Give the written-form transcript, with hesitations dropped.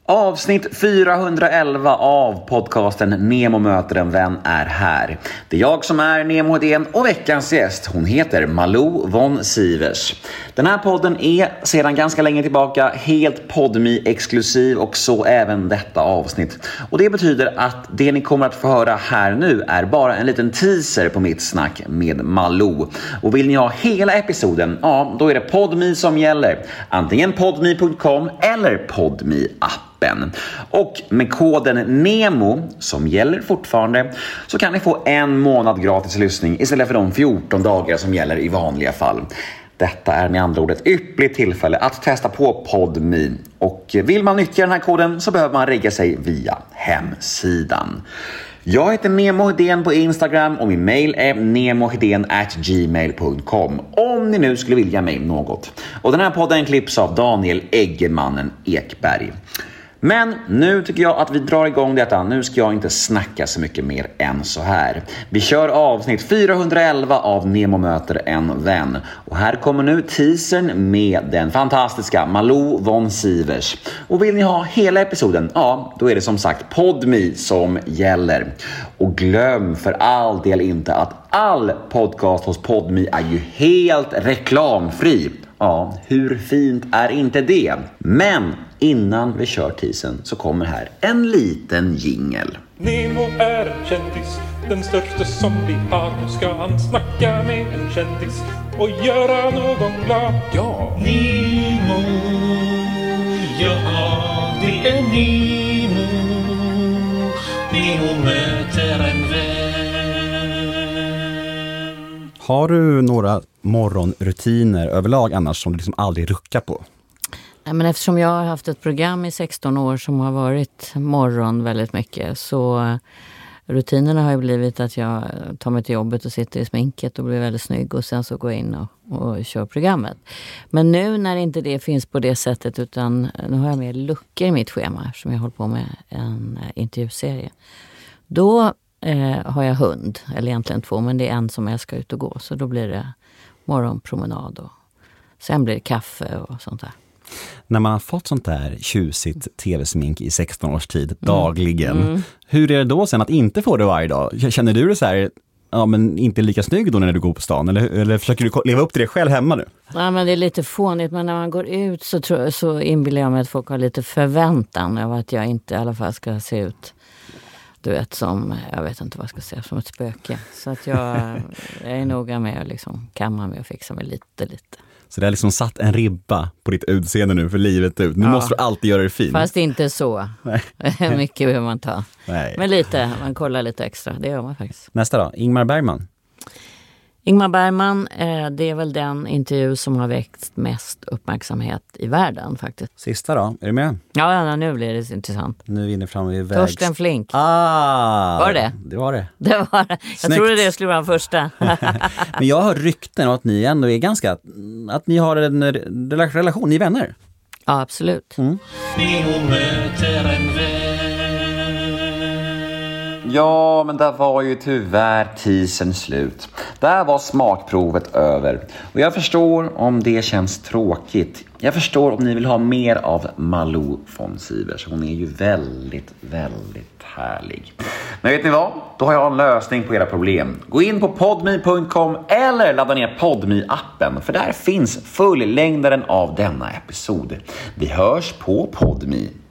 Avsnitt 411 av podcasten Nemo möter en vän är här. Det är jag som är Nemo Hedén och veckans gäst, hon heter Malou von Sivers. Den här podden är sedan ganska länge tillbaka helt Podme-exklusiv och så även detta avsnitt. Och det betyder att det ni kommer att få höra här nu är bara en liten teaser på mitt snack med Malou. Och vill ni ha hela episoden, ja då är det Podme som gäller. Antingen podme.com eller Podme-app. Och med koden NEMO, som gäller fortfarande, så kan ni få en månad gratis lyssning istället för de 14 dagar som gäller i vanliga fall. Detta är med andra ord ett ypperligt tillfälle att testa på Podme. Och vill man nyttja den här koden så behöver man regga sig via hemsidan. Jag heter Nemo Hedén på Instagram och min mail är nemohedén@gmail.com om ni nu skulle vilja mig något. Och den här podden klipps av Daniel Eggemannen Ekberg. Men nu tycker jag att vi drar igång detta. Nu ska jag inte snacka så mycket mer än så här. Vi kör avsnitt 411 av Nemo möter en vän. Och här kommer nu teasern med den fantastiska Malou von Sivers. Och vill ni ha hela episoden, ja då är det som sagt Podme som gäller. Och glöm för all del inte att all podcast hos Podme är ju helt reklamfri. Ja, hur fint är inte det? Men innan vi kör teasern så kommer här en liten jingle. Nemo är en kändis, den största som vi har. Nu ska han snacka med en kändis och göra någon glad. Ja, Nemo, ja det är Nemo. Nemo möter en vän. Har du några morgonrutiner överlag annars som du liksom aldrig ruckar på? Men eftersom jag har haft ett program i 16 år som har varit morgon väldigt mycket, så rutinerna har ju blivit att jag tar mig till jobbet och sitter i sminket och blir väldigt snygg och sen så går jag in och kör programmet. Men nu när inte det finns på det sättet, utan nu har jag mer luckor i mitt schema som jag håller på med en intervjuserie. Då har jag hund, eller egentligen 2, men det är en som jag ska ut och gå, så då blir det morgonpromenad och sen blir det kaffe och sånt där. När man har fått sånt där tjusigt tv-smink i 16 års tid dagligen, hur är det då sen att inte få det varje dag? Känner du det så här, ja men inte lika snygg då när du går på stan? Eller försöker du leva upp till det själv hemma nu? Ja, men det är lite fånigt, men när man går ut så inbillar jag mig att folk har lite förväntan av att jag inte i alla fall ska se ut, du vet, som, jag vet inte vad jag ska säga, som ett spöke. Så att jag är noga med att liksom kamma mig och fixa mig lite. Så det har liksom satt en ribba på ditt utseende nu för livet ut. Nu måste du alltid göra det fint. Fast inte så. Nej. Mycket behöver man ta. Nej. Men lite, man kollar lite extra. Det gör man faktiskt. Nästa då, Ingmar Bergman. Ingmar Bergman, det är väl den intervju som har väckt mest uppmärksamhet i världen faktiskt. Sista då, är du med? Ja, nu blir det intressant. Nu är vi inne fram vid Torsten Flink. Var det? Det var det. Det var det. Jag trodde det skulle vara den första. Men jag har rykten om att ni ändå är ganska, att ni har en relation, ni är vänner. Ja, absolut. Ja, men där var ju tyvärr teasern slut. Där var smakprovet över. Och jag förstår om det känns tråkigt. Jag förstår om ni vill ha mer av Malou von Sivers. Hon är ju väldigt, väldigt härlig. Men vet ni vad? Då har jag en lösning på era problem. Gå in på podme.com eller ladda ner Podme-appen. För där finns fullängdaren av denna episod. Vi hörs på Podme.